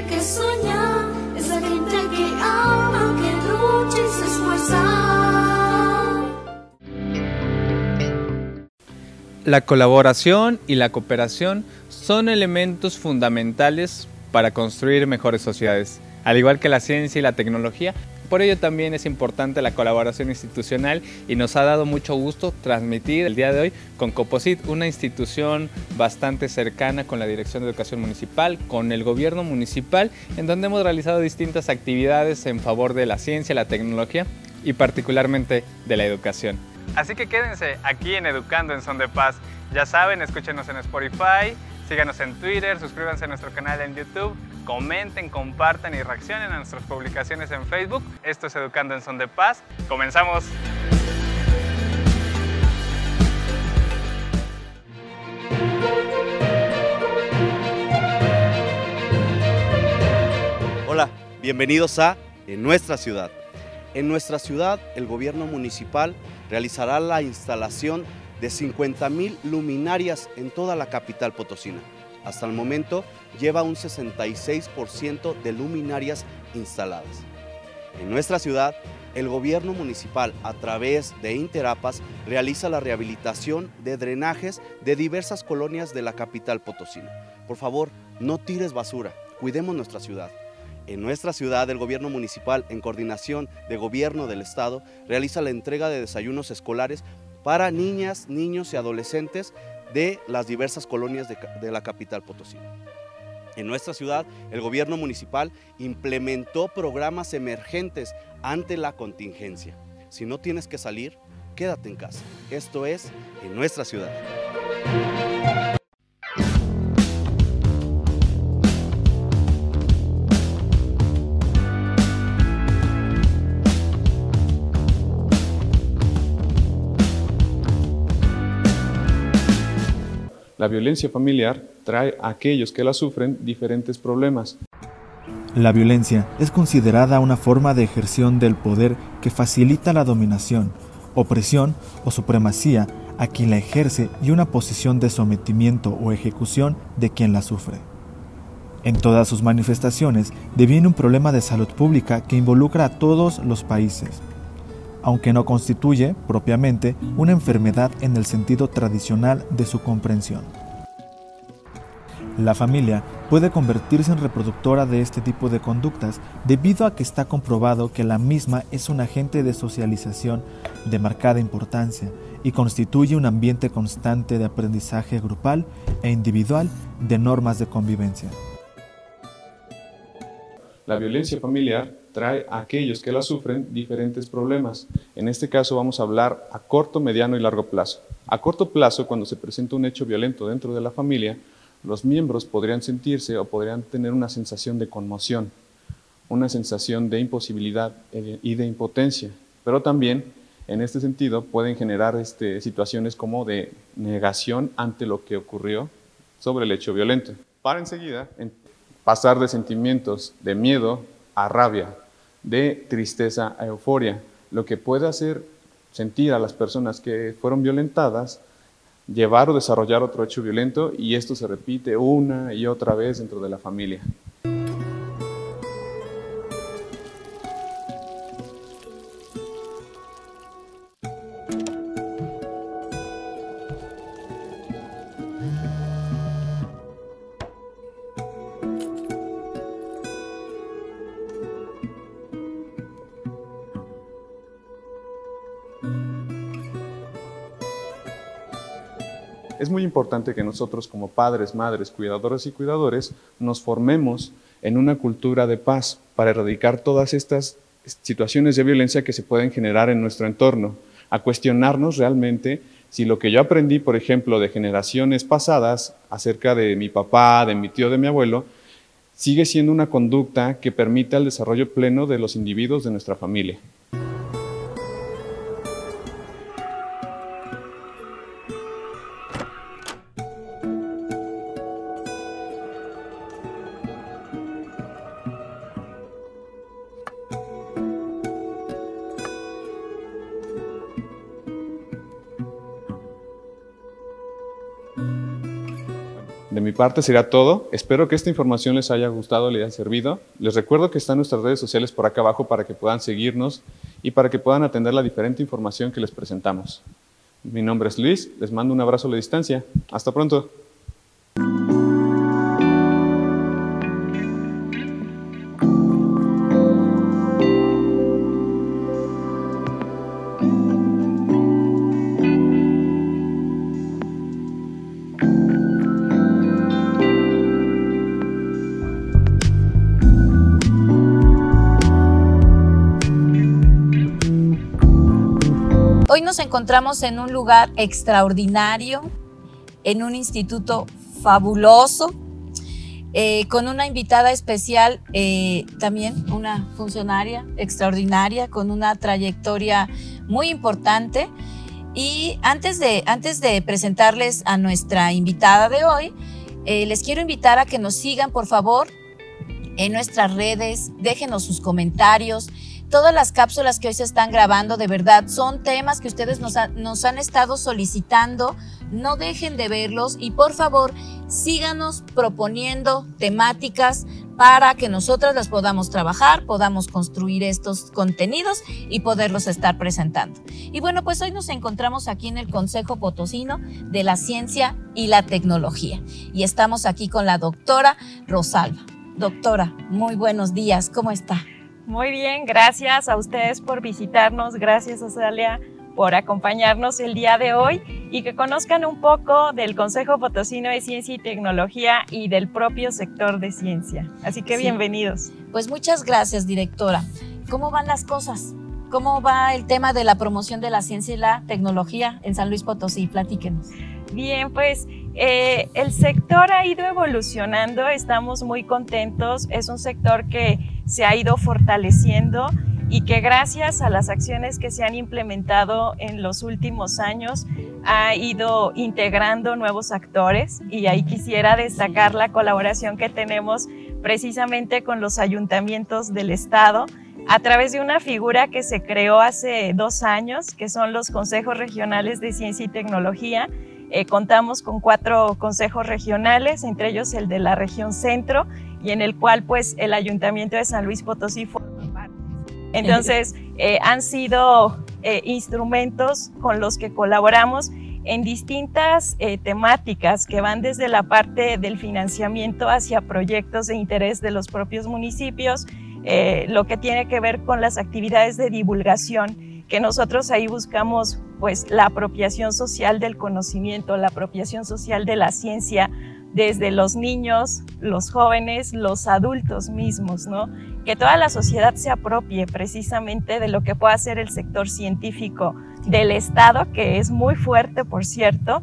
gente que sueña, esa gente que ama, que lucha y se esfuerza. La colaboración y la cooperación son elementos fundamentales para construir mejores sociedades, al igual que la ciencia y la tecnología. Por ello también es importante la colaboración institucional y nos ha dado mucho gusto transmitir el día de hoy con Coposit, una institución bastante cercana con la Dirección de Educación Municipal, con el gobierno municipal, en donde hemos realizado distintas actividades en favor de la ciencia, la tecnología y particularmente de la educación. Así que quédense aquí en Educando en Son de Paz. Ya saben, escúchenos en Spotify, síganos en Twitter, suscríbanse a nuestro canal en YouTube, comenten, compartan y reaccionen a nuestras publicaciones en Facebook. Esto es Educando en Son de Paz. ¡Comenzamos! Hola, bienvenidos a En Nuestra Ciudad. En nuestra ciudad, el gobierno municipal realizará la instalación de 50,000 luminarias en toda la capital potosina. Hasta el momento lleva un 66% de luminarias instaladas. En nuestra ciudad, el gobierno municipal, a través de Interapas, realiza la rehabilitación de drenajes de diversas colonias de la capital potosina. Por favor, no tires basura, cuidemos nuestra ciudad. En nuestra ciudad, el gobierno municipal, en coordinación de gobierno del estado, realiza la entrega de desayunos escolares para niñas, niños y adolescentes de las diversas colonias de la capital potosina. En nuestra ciudad, el gobierno municipal implementó programas emergentes ante la contingencia. Si no tienes que salir, quédate en casa. Esto es En Nuestra Ciudad. La violencia familiar trae a aquellos que la sufren diferentes problemas. La violencia es considerada una forma de ejerción del poder que facilita la dominación, opresión o supremacía a quien la ejerce y una posición de sometimiento o ejecución de quien la sufre. En todas sus manifestaciones deviene un problema de salud pública que involucra a todos los países, aunque no constituye, propiamente, una enfermedad en el sentido tradicional de su comprensión. La familia puede convertirse en reproductora de este tipo de conductas debido a que está comprobado que la misma es un agente de socialización de marcada importancia y constituye un ambiente constante de aprendizaje grupal e individual de normas de convivencia. La violencia familiar trae a aquellos que la sufren diferentes problemas. En este caso vamos a hablar a corto, mediano y largo plazo. A corto plazo, cuando se presenta un hecho violento dentro de la familia, los miembros podrían sentirse o podrían tener una sensación de conmoción, una sensación de imposibilidad y de impotencia, pero también en este sentido pueden generar situaciones como de negación ante lo que ocurrió sobre el hecho violento, para enseguida pasar de sentimientos de miedo a rabia, de tristeza a euforia, lo que puede hacer sentir a las personas que fueron violentadas, llevar o desarrollar otro hecho violento, y esto se repite una y otra vez dentro de la familia. Es muy importante que nosotros como padres, madres, cuidadoras y cuidadores nos formemos en una cultura de paz para erradicar todas estas situaciones de violencia que se pueden generar en nuestro entorno, a cuestionarnos realmente si lo que yo aprendí, por ejemplo, de generaciones pasadas acerca de mi papá, de mi tío, de mi abuelo, sigue siendo una conducta que permita el desarrollo pleno de los individuos de nuestra familia. De mi parte sería todo. Espero que esta información les haya gustado, les haya servido. Les recuerdo que están nuestras redes sociales por acá abajo para que puedan seguirnos y para que puedan atender la diferente información que les presentamos. Mi nombre es Luis, les mando un abrazo a la distancia. Hasta pronto. Hoy nos encontramos en un lugar extraordinario, en un instituto fabuloso, con una invitada especial, también una funcionaria extraordinaria, con una trayectoria muy importante. Y antes de presentarles a nuestra invitada de hoy, les quiero invitar a que nos sigan, por favor, en nuestras redes, déjenos sus comentarios. Todas las cápsulas que hoy se están grabando, de verdad, son temas que ustedes nos han estado solicitando. No dejen de verlos y, por favor, síganos proponiendo temáticas para que nosotras las podamos trabajar, podamos construir estos contenidos y poderlos estar presentando. Y bueno, pues hoy nos encontramos aquí en el Consejo Potosino de la Ciencia y la Tecnología y estamos aquí con la doctora Rosalba. Doctora, muy buenos días, ¿cómo está? Muy bien, gracias a ustedes por visitarnos, gracias a Celia por acompañarnos el día de hoy y que conozcan un poco del Consejo Potosino de Ciencia y Tecnología y del propio sector de ciencia. Así que bienvenidos. Pues muchas gracias, directora. ¿Cómo van las cosas? ¿Cómo va el tema de la promoción de la ciencia y la tecnología en San Luis Potosí? Platíquenos. Bien, pues el sector ha ido evolucionando, estamos muy contentos, es un sector que se ha ido fortaleciendo y que gracias a las acciones que se han implementado en los últimos años ha ido integrando nuevos actores y ahí quisiera destacar la colaboración que tenemos precisamente con los ayuntamientos del estado a través de una figura que se creó hace 2 años, que son los consejos regionales de ciencia y tecnología. Contamos con 4 consejos regionales, entre ellos el de la región centro, y en el cual pues el Ayuntamiento de San Luis Potosí forma parte. Entonces han sido instrumentos con los que colaboramos en distintas temáticas que van desde la parte del financiamiento hacia proyectos de interés de los propios municipios, lo que tiene que ver con las actividades de divulgación, que nosotros ahí buscamos pues la apropiación social del conocimiento, la apropiación social de la ciencia desde los niños, los jóvenes, los adultos mismos, ¿no? Que toda la sociedad se apropie precisamente de lo que pueda hacer el sector científico del Estado, que es muy fuerte, por cierto,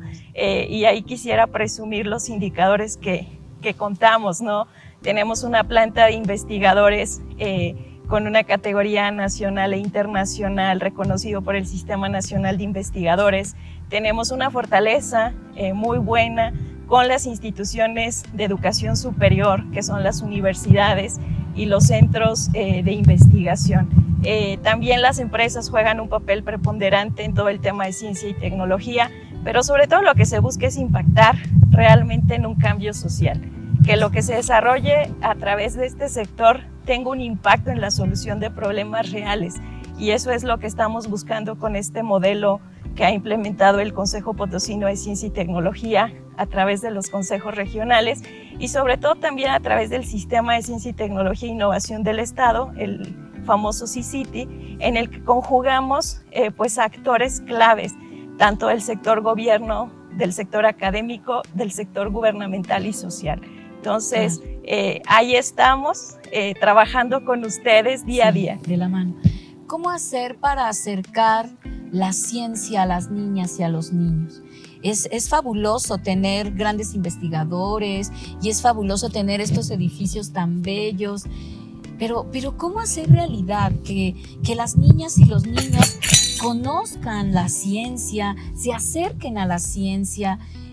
y ahí quisiera presumir los indicadores que contamos, ¿no? Tenemos una planta de investigadores con una categoría nacional e internacional reconocido por el Sistema Nacional de Investigadores. Tenemos una fortaleza muy buena con las instituciones de educación superior, que son las universidades y los centros de investigación. También las empresas juegan un papel preponderante en todo el tema de ciencia y tecnología, pero sobre todo lo que se busca es impactar realmente en un cambio social, que lo que se desarrolle a través de este sector tenga un impacto en la solución de problemas reales, y eso es lo que estamos buscando con este modelo que ha implementado el Consejo Potosino de Ciencia y Tecnología a través de los consejos regionales y sobre todo también a través del Sistema de Ciencia y Tecnología e Innovación del Estado, el famoso CICITI, en el que conjugamos pues actores claves, tanto del sector gobierno, del sector académico, del sector gubernamental y social. Entonces, ahí estamos trabajando con ustedes día a día. De la mano. ¿Cómo hacer para acercar la ciencia a las niñas y a los niños? Es fabuloso tener grandes investigadores y es fabuloso tener estos edificios tan bellos, pero ¿cómo hacer realidad que las niñas y los niños conozcan la ciencia, se acerquen a la ciencia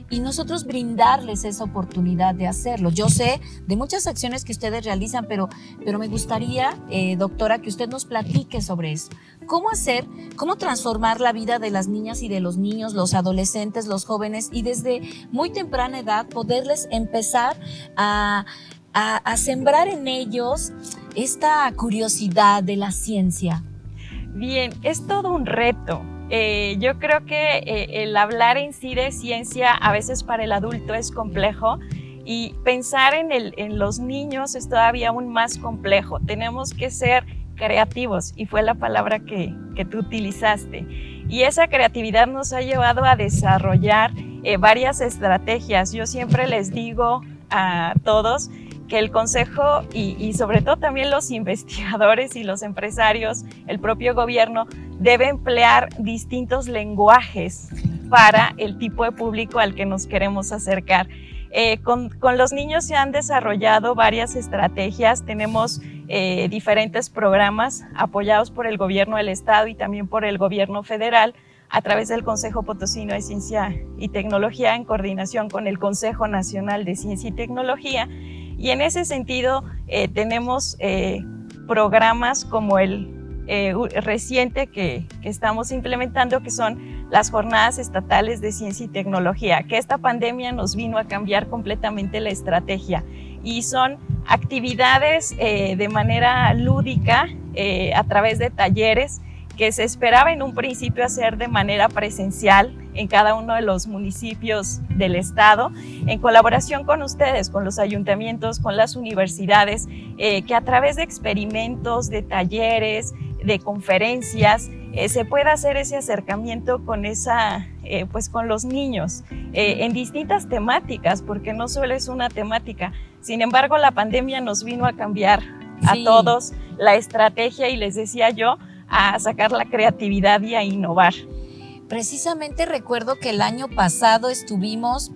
y nosotros brindarles esa oportunidad de hacerlo. Yo sé de muchas acciones que ustedes realizan, pero me gustaría, doctora, que usted nos platique sobre eso. ¿Cómo transformar la vida de las niñas y de los niños, los adolescentes, los jóvenes, y desde muy temprana edad poderles empezar a sembrar en ellos esta curiosidad de la ciencia? Bien, es todo un reto. Yo creo que el hablar en sí de ciencia a veces para el adulto es complejo, y pensar en los niños es todavía aún más complejo. Tenemos que ser creativos, y fue la palabra que tú utilizaste. Y esa creatividad nos ha llevado a desarrollar varias estrategias. Yo siempre les digo a todos que el consejo y sobre todo también los investigadores y los empresarios, el propio gobierno, debe emplear distintos lenguajes para el tipo de público al que nos queremos acercar. Con los niños se han desarrollado varias estrategias. Tenemos diferentes programas apoyados por el gobierno del estado y también por el gobierno federal a través del Consejo Potosino de Ciencia y Tecnología, en coordinación con el Consejo Nacional de Ciencia y Tecnología. Y en ese sentido tenemos programas como el reciente que estamos implementando, que son las Jornadas Estatales de Ciencia y Tecnología, que esta pandemia nos vino a cambiar completamente la estrategia, y son actividades de manera lúdica a través de talleres que se esperaba en un principio hacer de manera presencial en cada uno de los municipios del estado, en colaboración con ustedes, con los ayuntamientos, con las universidades, que a través de experimentos, de talleres, de conferencias, se pueda hacer ese acercamiento con con los niños en distintas temáticas, porque no solo es una temática. Sin embargo, la pandemia nos vino a cambiar a todos la estrategia, y les decía yo, a sacar la creatividad y a innovar. Precisamente recuerdo que el año pasado estuvimos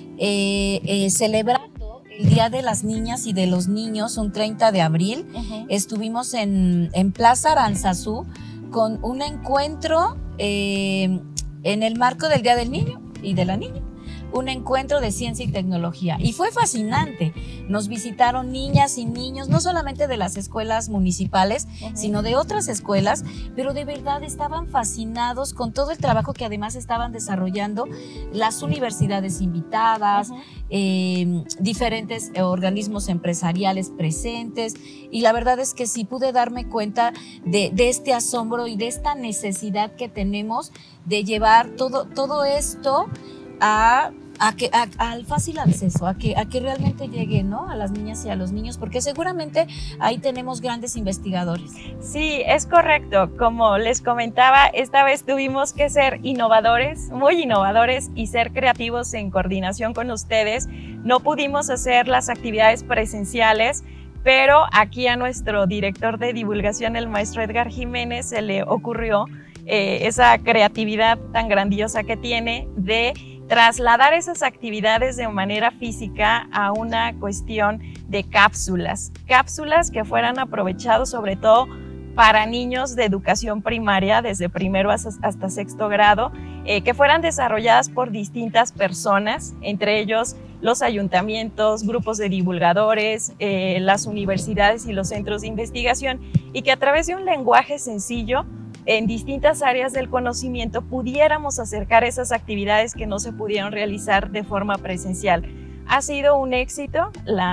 celebrando el Día de las Niñas y de los Niños, un 30 de abril. Estuvimos en Plaza Aranzazú con un encuentro en el marco del Día del Niño y de la Niña. Un encuentro de ciencia y tecnología, y fue fascinante. Nos visitaron niñas y niños, no solamente de las escuelas municipales, sino de otras escuelas, pero de verdad estaban fascinados con todo el trabajo que además estaban desarrollando las universidades invitadas, diferentes organismos empresariales presentes, y la verdad es que sí pude darme cuenta de este asombro y de esta necesidad que tenemos de llevar todo esto al fácil acceso, a que realmente llegue, ¿no?, a las niñas y a los niños, porque seguramente ahí tenemos grandes investigadores. Sí, es correcto. Como les comentaba, esta vez tuvimos que ser innovadores, muy innovadores, y ser creativos en coordinación con ustedes. No pudimos hacer las actividades presenciales, pero aquí a nuestro director de divulgación, el maestro Edgar Jiménez, se le ocurrió esa creatividad tan grandiosa que tiene de trasladar esas actividades de manera física a una cuestión de cápsulas que fueran aprovechados sobre todo para niños de educación primaria, desde primero hasta sexto grado, que fueran desarrolladas por distintas personas, entre ellos los ayuntamientos, grupos de divulgadores, las universidades y los centros de investigación, y que a través de un lenguaje sencillo, en distintas áreas del conocimiento, pudiéramos acercar esas actividades que no se pudieron realizar de forma presencial. Ha sido un éxito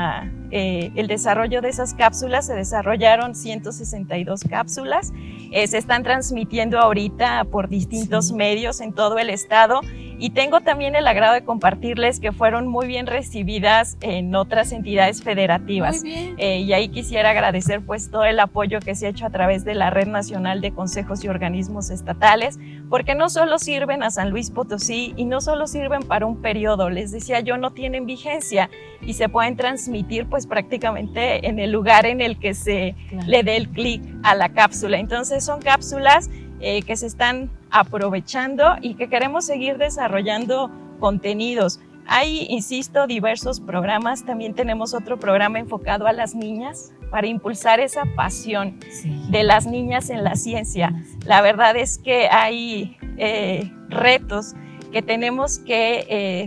el desarrollo de esas cápsulas. Se desarrollaron 162 cápsulas, se están transmitiendo ahorita por distintos medios en todo el estado, y tengo también el agrado de compartirles que fueron muy bien recibidas en otras entidades federativas. Muy bien. Y ahí quisiera agradecer pues todo el apoyo que se ha hecho a través de la Red Nacional de Consejos y Organismos Estatales, porque no solo sirven a San Luis Potosí y no solo sirven para un periodo, les decía yo, no tienen vigencia y se pueden transmitir pues prácticamente en el lugar en el que se le dé el clic a la cápsula. Entonces son cápsulas que se están aprovechando y que queremos seguir desarrollando contenidos. Hay, insisto, diversos programas. También tenemos otro programa enfocado a las niñas para impulsar esa pasión de las niñas en la ciencia. La verdad es que hay retos que tenemos que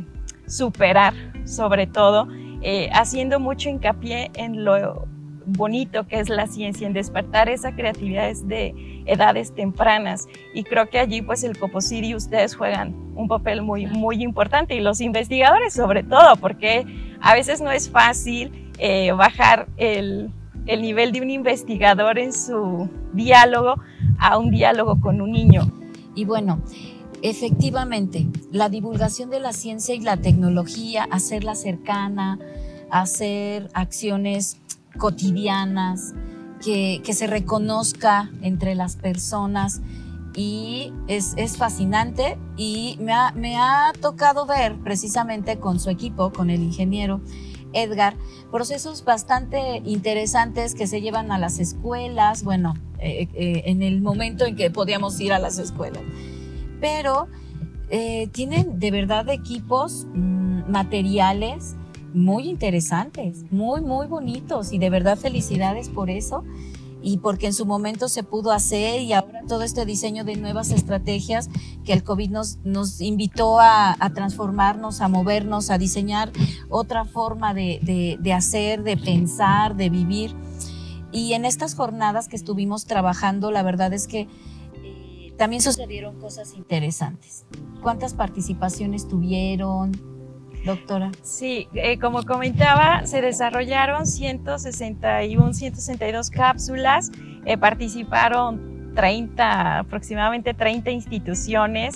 superar, sobre todo, haciendo mucho hincapié en lo bonito que es la ciencia, en despertar esa creatividad desde edades tempranas, y creo que allí pues el Coposiri y ustedes juegan un papel muy, muy importante, y los investigadores sobre todo, porque a veces no es fácil bajar el nivel de un investigador en su diálogo a un diálogo con un niño. Y bueno, efectivamente, la divulgación de la ciencia y la tecnología, hacerla cercana, hacer acciones cotidianas, que se reconozca entre las personas, y es fascinante, y me ha tocado ver precisamente con su equipo, con el ingeniero Edgar, procesos bastante interesantes que se llevan a las escuelas, bueno, en el momento en que podíamos ir a las escuelas, pero tienen de verdad equipos, materiales muy interesantes, muy, muy bonitos, y de verdad felicidades por eso, y porque en su momento se pudo hacer, y ahora todo este diseño de nuevas estrategias que el COVID nos invitó a transformarnos, a movernos, a diseñar otra forma de hacer, de pensar, de vivir. Y en estas jornadas que estuvimos trabajando, la verdad es que también sucedieron cosas interesantes. ¿Cuántas participaciones tuvieron, doctora? Sí, como comentaba, se desarrollaron 162 cápsulas, participaron aproximadamente 30 instituciones.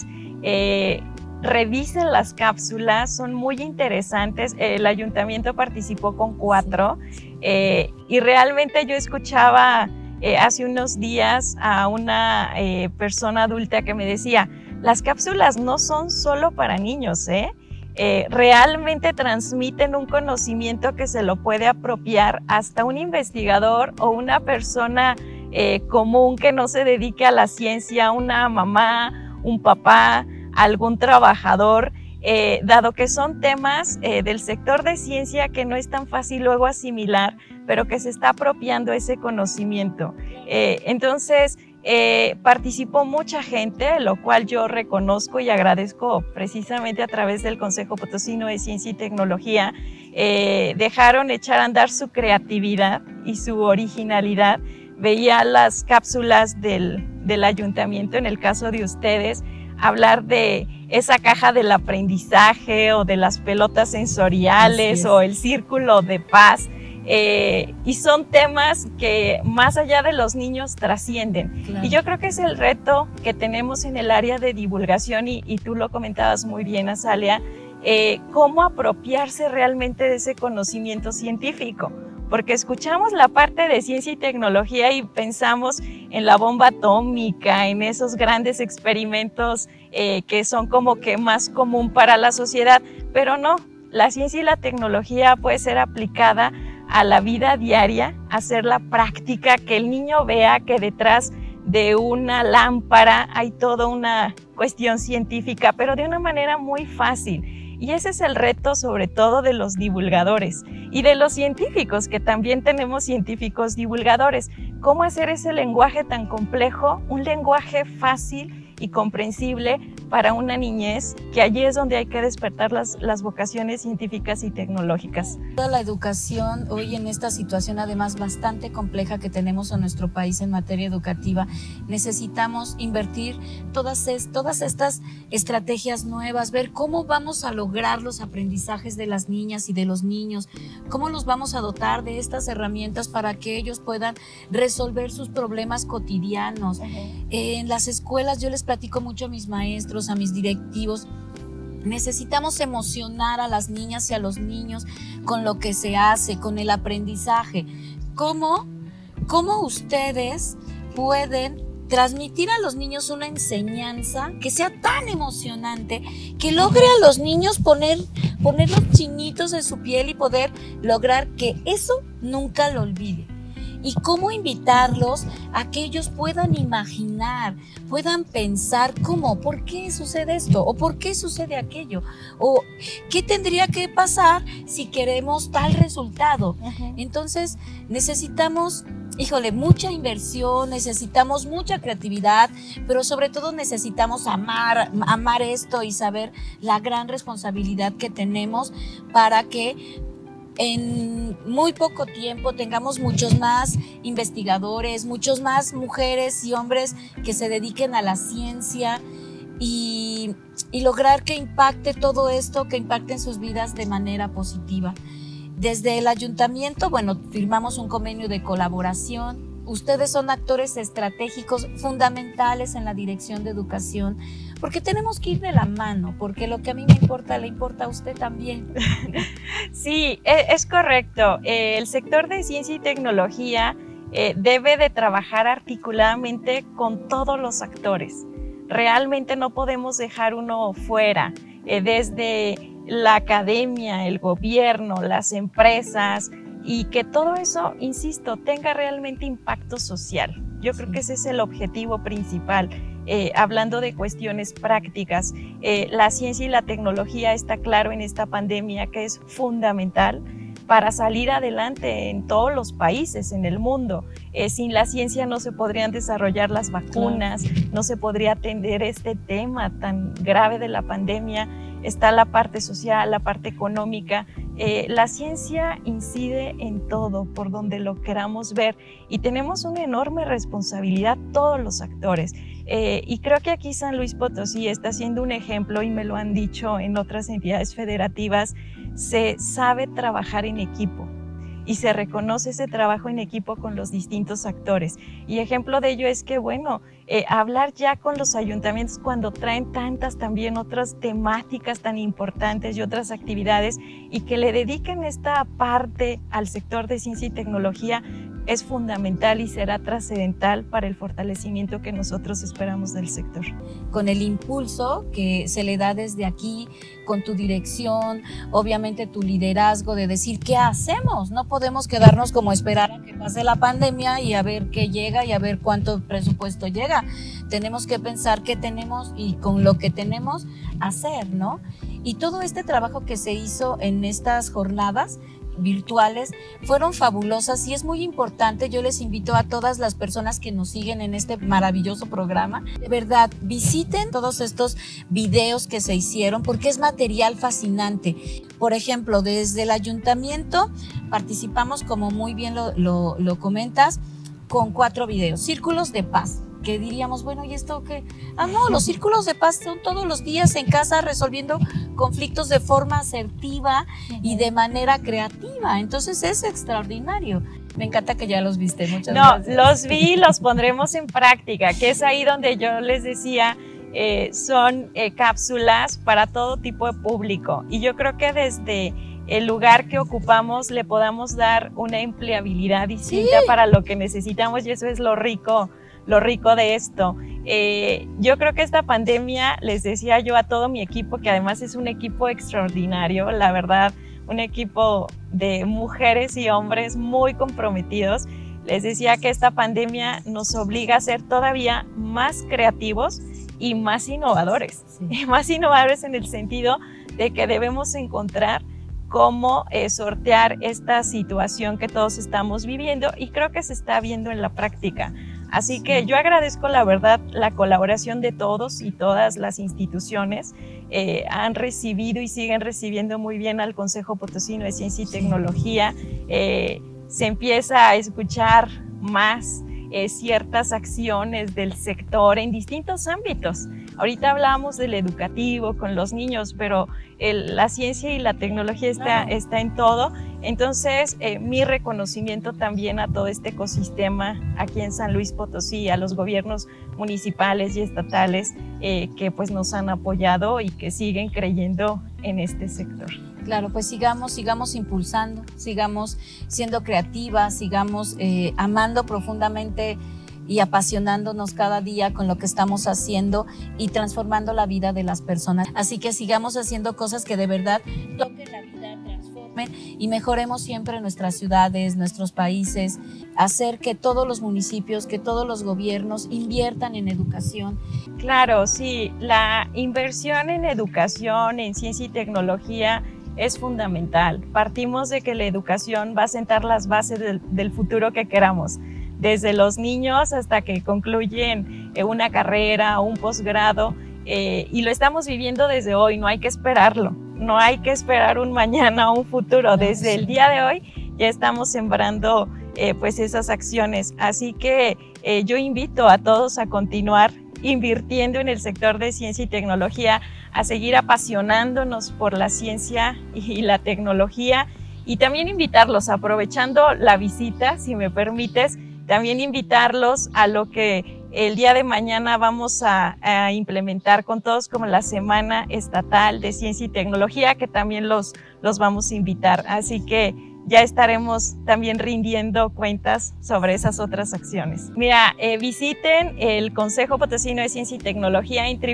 Revisen las cápsulas, son muy interesantes. El ayuntamiento participó con 4, y realmente yo escuchaba hace unos días a una persona adulta que me decía, las cápsulas no son solo para niños, realmente transmiten un conocimiento que se lo puede apropiar hasta un investigador o una persona común que no se dedique a la ciencia, una mamá, un papá, algún trabajador, dado que son temas del sector de ciencia que no es tan fácil luego asimilar, pero que se está apropiando ese conocimiento. Entonces, participó mucha gente, lo cual yo reconozco y agradezco precisamente a través del Consejo Potosino de Ciencia y Tecnología. Dejaron echar a andar su creatividad y su originalidad. Veía las cápsulas del ayuntamiento, en el caso de ustedes, hablar de esa caja del aprendizaje o de las pelotas sensoriales o el círculo de paz. Y son temas que más allá de los niños trascienden. Claro. Y yo creo que es el reto que tenemos en el área de divulgación, y tú lo comentabas muy bien, Azalia, cómo apropiarse realmente de ese conocimiento científico. Porque escuchamos la parte de ciencia y tecnología y pensamos en la bomba atómica, en esos grandes experimentos que son como que más común para la sociedad, pero no, la ciencia y la tecnología puede ser aplicada a la vida diaria, hacerla práctica, que el niño vea que detrás de una lámpara hay toda una cuestión científica, pero de una manera muy fácil. Y ese es el reto sobre todo de los divulgadores y de los científicos, que también tenemos científicos divulgadores. ¿Cómo hacer ese lenguaje tan complejo, un lenguaje fácil y comprensible para una niñez, que allí es donde hay que despertar las vocaciones científicas y tecnológicas? Toda la educación hoy, en esta situación además bastante compleja que tenemos en nuestro país en materia educativa, necesitamos invertir todas estas estrategias nuevas, ver cómo vamos a lograr los aprendizajes de las niñas y de los niños, cómo los vamos a dotar de estas herramientas para que ellos puedan resolver sus problemas cotidianos. En las escuelas yo les platico mucho a mis maestros, a mis directivos, necesitamos emocionar a las niñas y a los niños con lo que se hace, con el aprendizaje. ¿Cómo ustedes pueden transmitir a los niños una enseñanza que sea tan emocionante, que logre a los niños poner los chinitos en su piel y poder lograr que eso nunca lo olvide? Y cómo invitarlos a que ellos puedan imaginar, puedan pensar por qué sucede esto, o por qué sucede aquello, o qué tendría que pasar si queremos tal resultado. Entonces necesitamos híjole, mucha inversión, necesitamos mucha creatividad, pero sobre todo necesitamos amar esto y saber la gran responsabilidad que tenemos para que en muy poco tiempo tengamos muchos más investigadores, muchos más mujeres y hombres que se dediquen a la ciencia y lograr que impacte todo esto, que impacte en sus vidas de manera positiva. Desde el ayuntamiento, bueno, firmamos un convenio de colaboración. Ustedes son actores estratégicos fundamentales en la dirección de educación, porque tenemos que ir de la mano, porque lo que a mí me importa, le importa a usted también. Sí, es correcto. El sector de ciencia y tecnología debe de trabajar articuladamente con todos los actores. Realmente no podemos dejar uno fuera, desde la academia, el gobierno, las empresas, y que todo eso, insisto, tenga realmente impacto social. Yo creo que ese es el objetivo principal. Hablando de cuestiones prácticas, la ciencia y la tecnología está claro en esta pandemia que es fundamental para salir adelante en todos los países en el mundo. Sin la ciencia no se podrían desarrollar las vacunas, no se podría atender este tema tan grave de la pandemia. Está la parte social, la parte económica. La ciencia incide en todo, por donde lo queramos ver, y tenemos una enorme responsabilidad todos los actores. Y creo que aquí San Luis Potosí está siendo un ejemplo, y me lo han dicho en otras entidades federativas. Se sabe trabajar en equipo y se reconoce ese trabajo en equipo con los distintos actores. Y ejemplo de ello es que, bueno, hablar ya con los ayuntamientos cuando traen tantas también otras temáticas tan importantes y otras actividades, y que le dediquen esta parte al sector de ciencia y tecnología, es fundamental y será trascendental para el fortalecimiento que nosotros esperamos del sector. Con el impulso que se le da desde aquí, con tu dirección, obviamente tu liderazgo de decir qué hacemos. No podemos quedarnos como esperar a que pase la pandemia y a ver qué llega y a ver cuánto presupuesto llega. Tenemos que pensar qué tenemos y con lo que tenemos hacer, ¿no? Y todo este trabajo que se hizo en estas jornadas virtuales fueron fabulosas y es muy importante. Yo les invito a todas las personas que nos siguen en este maravilloso programa, de verdad, visiten todos estos videos que se hicieron porque es material fascinante. Por ejemplo, desde el ayuntamiento participamos, como muy bien lo comentas, con 4 videos, círculos de paz, que diríamos, bueno, ¿y esto qué? No, los círculos de paz son todos los días en casa resolviendo conflictos de forma asertiva y de manera creativa. Entonces es extraordinario. Me encanta que ya los viste. Muchas gracias. Los vi y los pondremos en práctica, que es ahí donde yo les decía, son cápsulas para todo tipo de público. Y yo creo que desde el lugar que ocupamos le podamos dar una empleabilidad distinta para lo que necesitamos, y eso es lo rico de esto. Yo creo que esta pandemia, les decía yo a todo mi equipo, que además es un equipo extraordinario, la verdad, un equipo de mujeres y hombres muy comprometidos, les decía que esta pandemia nos obliga a ser todavía más creativos y más innovadores. Y más innovadores en el sentido de que debemos encontrar cómo sortear esta situación que todos estamos viviendo, y creo que se está viendo en la práctica. Así que yo agradezco, la verdad, la colaboración de todos y todas las instituciones. Han recibido y siguen recibiendo muy bien al Consejo Potosino de Ciencia y Tecnología. Se empieza a escuchar más ciertas acciones del sector en distintos ámbitos. Ahorita hablábamos del educativo con los niños, pero la ciencia y la tecnología está en todo. Entonces, mi reconocimiento también a todo este ecosistema aquí en San Luis Potosí, a los gobiernos municipales y estatales que pues nos han apoyado y que siguen creyendo en este sector. Claro, pues sigamos impulsando, sigamos siendo creativas, sigamos amando profundamente y apasionándonos cada día con lo que estamos haciendo y transformando la vida de las personas. Así que sigamos haciendo cosas que de verdad toquen la vida, transformen y mejoremos siempre nuestras ciudades, nuestros países, hacer que todos los municipios, que todos los gobiernos inviertan en educación. Claro, sí, la inversión en educación, en ciencia y tecnología es fundamental. Partimos de que la educación va a sentar las bases del futuro que queramos. desde los niños hasta que concluyen una carrera o un posgrado, y lo estamos viviendo desde hoy, no hay que esperarlo, no hay que esperar un mañana o un futuro, desde el día de hoy ya estamos sembrando pues esas acciones, así que yo invito a todos a continuar invirtiendo en el sector de ciencia y tecnología, a seguir apasionándonos por la ciencia y la tecnología, y también invitarlos, aprovechando la visita, si me permites, también invitarlos a lo que el día de mañana vamos a implementar con todos, como la Semana Estatal de Ciencia y Tecnología, que también los vamos a invitar. Así que ya estaremos también rindiendo cuentas sobre esas otras acciones. Mira, visiten el Consejo Potosino de Ciencia y Tecnología en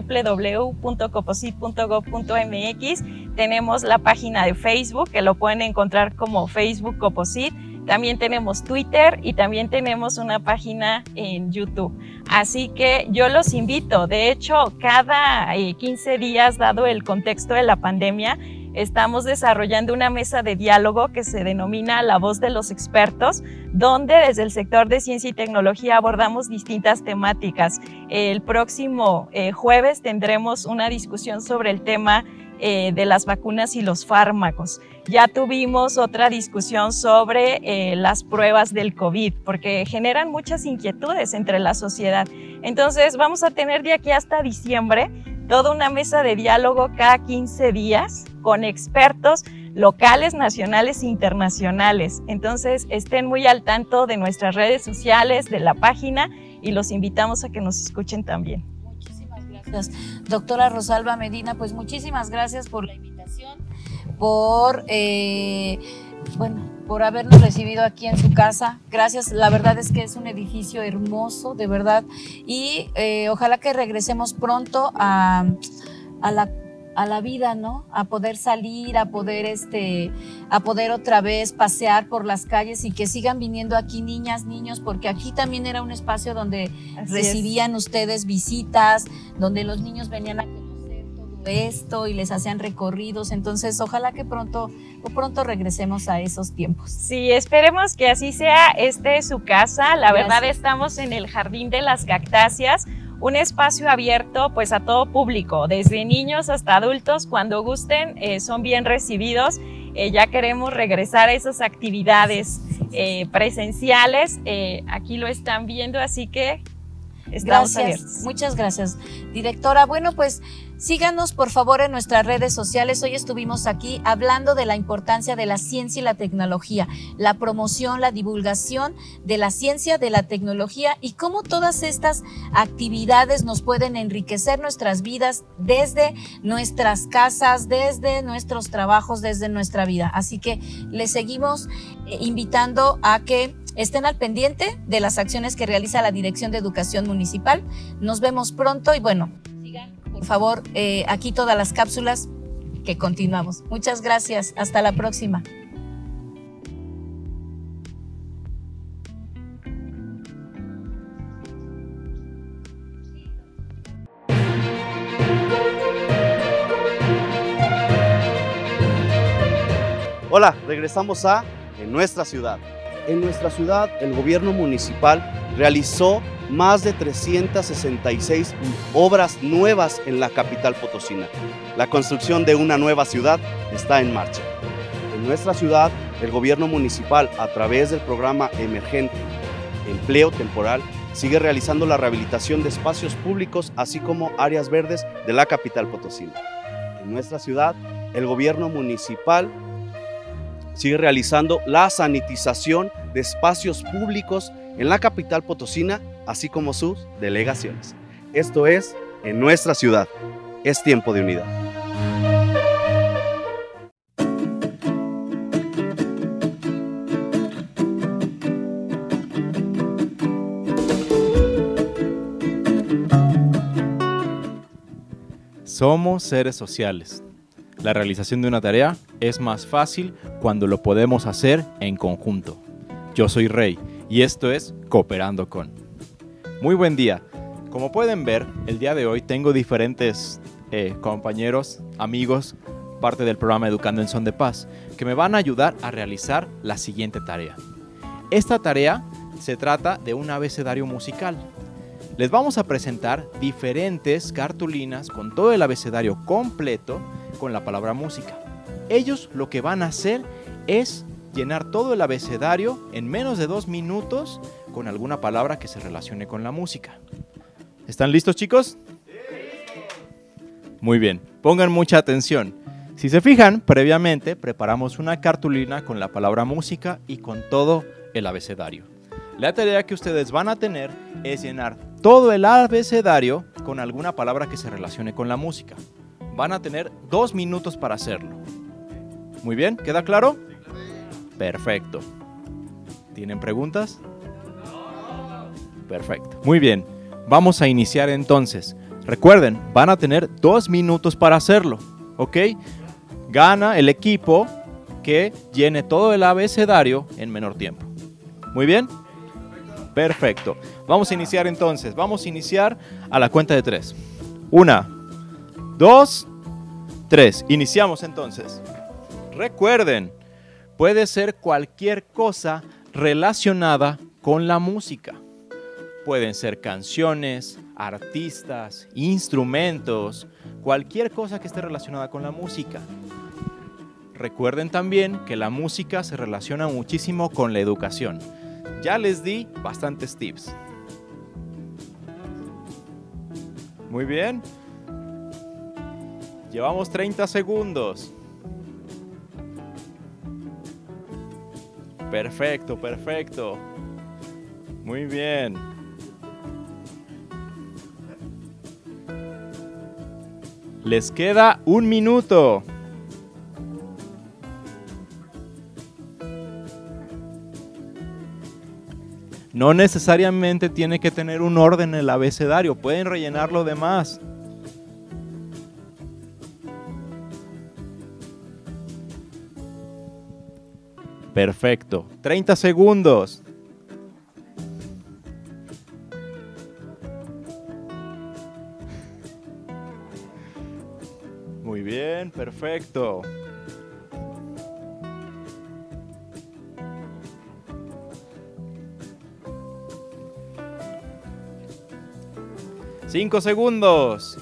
www.coposit.gov.mx. Tenemos la página de Facebook, que lo pueden encontrar como Facebook Coposit. También tenemos Twitter y también tenemos una página en YouTube. Así que yo los invito. De hecho, cada 15 días, dado el contexto de la pandemia, estamos desarrollando una mesa de diálogo que se denomina La Voz de los Expertos, donde desde el sector de ciencia y tecnología abordamos distintas temáticas. El próximo jueves tendremos una discusión sobre el tema de las vacunas y los fármacos. Ya tuvimos otra discusión sobre las pruebas del COVID, porque generan muchas inquietudes entre la sociedad. Entonces vamos a tener de aquí hasta diciembre toda una mesa de diálogo cada 15 días con expertos locales, nacionales e internacionales. Entonces estén muy al tanto de nuestras redes sociales, de la página, y los invitamos a que nos escuchen también. Muchísimas gracias, doctora Rosalba Medina. Pues muchísimas gracias por la invitación, por habernos recibido aquí en su casa. Gracias, la verdad es que es un edificio hermoso, de verdad, y ojalá que regresemos pronto a la vida, ¿no? A poder salir, a poder otra vez pasear por las calles, y que sigan viniendo aquí niñas, niños, porque aquí también era un espacio donde recibían ustedes visitas, donde los niños venían a conocer todo esto y les hacían recorridos. Entonces ojalá que pronto regresemos a esos tiempos. Sí, esperemos que así sea. Este es su casa. La verdad, estamos en el Jardín de las Cactáceas, un espacio abierto pues a todo público, desde niños hasta adultos. Cuando gusten, son bien recibidos. Ya queremos regresar a esas actividades presenciales. Aquí lo están viendo, así que estamos abiertos. Muchas gracias, directora. Bueno, pues síganos por favor en nuestras redes sociales. Hoy estuvimos aquí hablando de la importancia de la ciencia y la tecnología, la promoción, la divulgación de la ciencia, de la tecnología, y cómo todas estas actividades nos pueden enriquecer nuestras vidas desde nuestras casas, desde nuestros trabajos, desde nuestra vida. Así que les seguimos invitando a que estén al pendiente de las acciones que realiza la Dirección de Educación Municipal. Nos vemos pronto y bueno, sigan por favor aquí todas las cápsulas que continuamos. Muchas gracias, hasta la próxima. Hola, regresamos a En Nuestra Ciudad. En nuestra ciudad, el gobierno municipal realizó más de 366 obras nuevas en la capital potosina. La construcción de una nueva ciudad está en marcha. En nuestra ciudad, el gobierno municipal, a través del programa emergente Empleo Temporal, sigue realizando la rehabilitación de espacios públicos, así como áreas verdes de la capital potosina. En nuestra ciudad, el gobierno municipal sigue realizando la sanitización de espacios públicos en la capital potosina, así como sus delegaciones. Esto es En Nuestra Ciudad. Es tiempo de unidad. Somos seres sociales. La realización de una tarea es más fácil cuando lo podemos hacer en conjunto. Yo soy Rey y esto es Cooperando con. Muy buen día. Como pueden ver, el día de hoy tengo diferentes compañeros, amigos, parte del programa Educando en Son de Paz, que me van a ayudar a realizar la siguiente tarea. Esta tarea se trata de un abecedario musical. Les vamos a presentar diferentes cartulinas con todo el abecedario completo con la palabra música. Ellos lo que van a hacer es llenar todo el abecedario en menos de 2 minutos con alguna palabra que se relacione con la música. ¿Están listos, chicos? Muy bien, pongan mucha atención. Si se fijan, previamente preparamos una cartulina con la palabra música y con todo el abecedario. La tarea que ustedes van a tener es llenar todo el abecedario con alguna palabra que se relacione con la música. Van a tener 2 minutos para hacerlo. Muy bien, ¿queda claro? Perfecto. ¿Tienen preguntas? Perfecto. Muy bien, vamos a iniciar entonces. Recuerden, van a tener 2 minutos para hacerlo, ¿ok? Gana el equipo que llene todo el abecedario en menor tiempo. ¿Muy bien? Perfecto. Vamos a iniciar entonces. Vamos a iniciar a la cuenta de 3. 1, 2, 3. Iniciamos entonces. Recuerden, puede ser cualquier cosa relacionada con la música. Pueden ser canciones, artistas, instrumentos, cualquier cosa que esté relacionada con la música. Recuerden también que la música se relaciona muchísimo con la educación. Ya les di bastantes tips. Muy bien. Llevamos 30 segundos. Perfecto, perfecto. Muy bien. Les queda 1 minuto. No necesariamente tiene que tener un orden en el abecedario, pueden rellenarlo de más. Perfecto. 30 segundos. Muy bien, perfecto. Cinco segundos.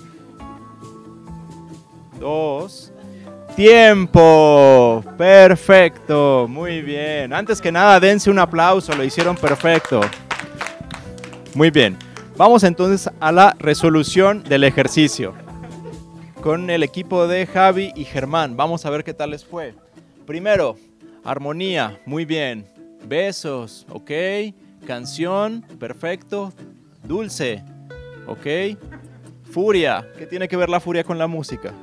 2. ¡Tiempo! Perfecto, muy bien. Antes que nada, dense un aplauso, lo hicieron perfecto. Muy bien, vamos entonces a la resolución del ejercicio. Con el equipo de Javi y Germán, vamos a ver qué tal les fue. Primero, armonía, muy bien. Besos, ok. Canción, perfecto. Dulce, ok. Furia, ¿qué tiene que ver la furia con la música?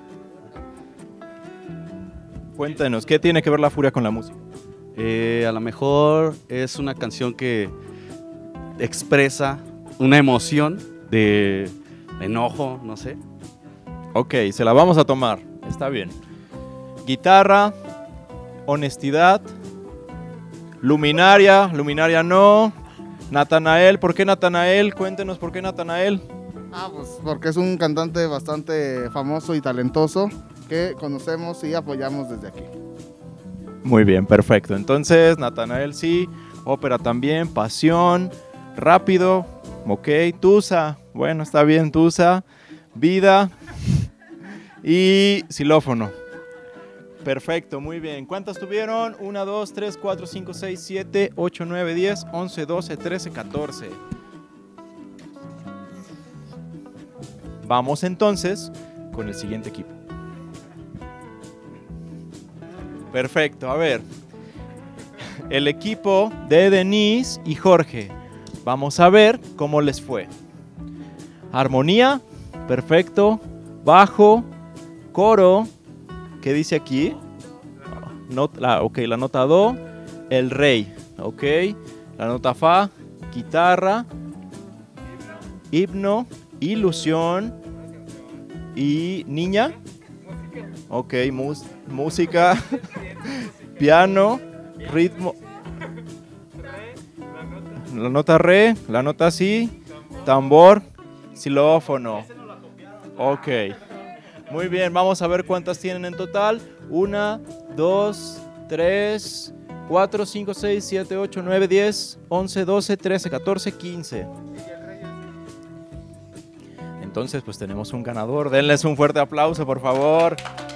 Cuéntenos, ¿qué tiene que ver la furia con la música? A lo mejor es una canción que expresa una emoción de enojo, no sé. Ok, se la vamos a tomar, está bien. Guitarra, honestidad, luminaria, luminaria no. Natanael, ¿por qué Natanael? Cuéntenos por qué Natanael. Pues porque es un cantante bastante famoso y talentoso que conocemos y apoyamos desde aquí. Muy bien, perfecto. Entonces, Natanael sí, ópera también, pasión, rápido, ok, Tusa, bueno, está bien, Tusa, vida y xilófono. Perfecto, muy bien. ¿Cuántas tuvieron? 1, 2, 3, 4, 5, 6, 7, 8, 9, 10, 11, 12, 13, 14. Vamos entonces con el siguiente equipo. Perfecto, a ver. El equipo de Denise y Jorge. Vamos a ver cómo les fue. Armonía, perfecto. Bajo, coro. ¿Qué dice aquí? Ok, la nota do. El rey, ok. La nota fa, guitarra. Himno, ilusión. Y niña. Ok, música, piano, ritmo, la nota re, la nota si, tambor, xilófono. Ok, muy bien, vamos a ver cuántas tienen en total. 1, 2, 3, 4, 5, 6, 7, 8, 9, 10, 11, 12, 13, 14, 15. Entonces, pues tenemos un ganador. Denles un fuerte aplauso, por favor.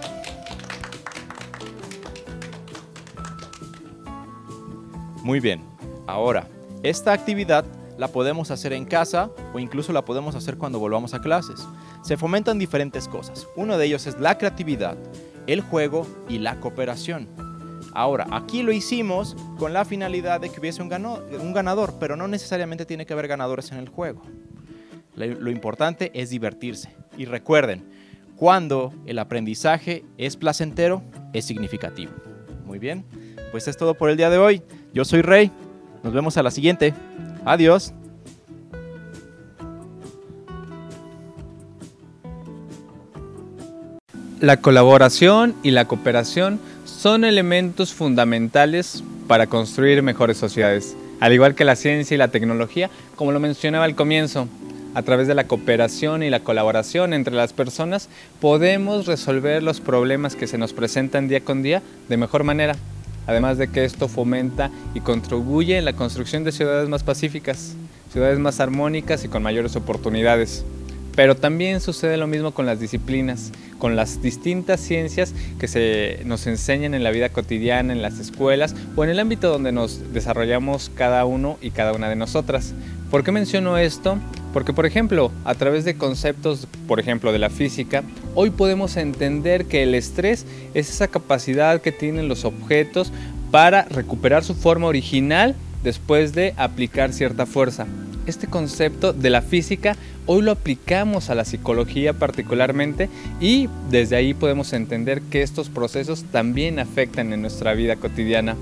Muy bien. Ahora, esta actividad la podemos hacer en casa o incluso la podemos hacer cuando volvamos a clases. Se fomentan diferentes cosas. Uno de ellos es la creatividad, el juego y la cooperación. Ahora, aquí lo hicimos con la finalidad de que hubiese un ganador, pero no necesariamente tiene que haber ganadores en el juego. Lo importante es divertirse. Y recuerden, cuando el aprendizaje es placentero, es significativo. Muy bien, pues es todo por el día de hoy. Yo soy Rey. Nos vemos a la siguiente. Adiós. La colaboración y la cooperación son elementos fundamentales para construir mejores sociedades, al igual que la ciencia y la tecnología, como lo mencionaba al comienzo. A través de la cooperación y la colaboración entre las personas podemos resolver los problemas que se nos presentan día con día de mejor manera, además de que esto fomenta y contribuye en la construcción de ciudades más pacíficas, ciudades más armónicas y con mayores oportunidades. Pero también sucede lo mismo con las disciplinas, con las distintas ciencias que nos enseñan en la vida cotidiana, en las escuelas o en el ámbito donde nos desarrollamos cada uno y cada una de nosotras. ¿Por qué menciono esto? Porque, por ejemplo, a través de conceptos, por ejemplo, de la física, hoy podemos entender que el estrés es esa capacidad que tienen los objetos para recuperar su forma original después de aplicar cierta fuerza. Este concepto de la física hoy lo aplicamos a la psicología particularmente y desde ahí podemos entender que estos procesos también afectan en nuestra vida cotidiana.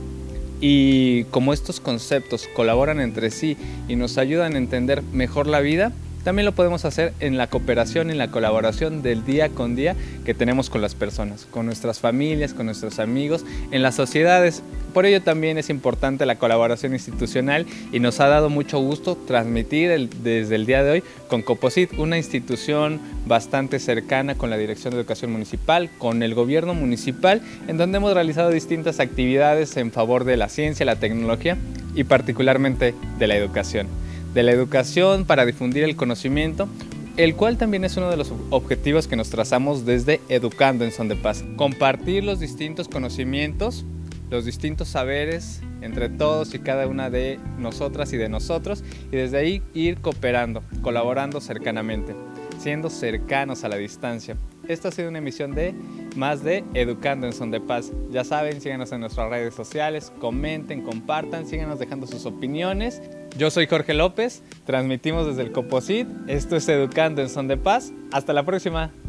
Y como estos conceptos colaboran entre sí y nos ayudan a entender mejor la vida, también lo podemos hacer en la cooperación y en la colaboración del día con día que tenemos con las personas, con nuestras familias, con nuestros amigos, en las sociedades. Por ello también es importante la colaboración institucional y nos ha dado mucho gusto transmitir desde el día de hoy con Coposit, una institución bastante cercana con la Dirección de Educación Municipal, con el gobierno municipal, en donde hemos realizado distintas actividades en favor de la ciencia, la tecnología y particularmente de la educación. De la educación para difundir el conocimiento, el cual también es uno de los objetivos que nos trazamos desde Educando en Son de Paz. Compartir los distintos conocimientos, los distintos saberes entre todos y cada una de nosotras y de nosotros, y desde ahí ir cooperando, colaborando cercanamente, siendo cercanos a la distancia. Esta ha sido una emisión más de Educando en Son de Paz. Ya saben, síganos en nuestras redes sociales, comenten, compartan, síganos dejando sus opiniones. Yo soy Jorge López, transmitimos desde el Coposit. Esto es Educando en Son de Paz. Hasta la próxima.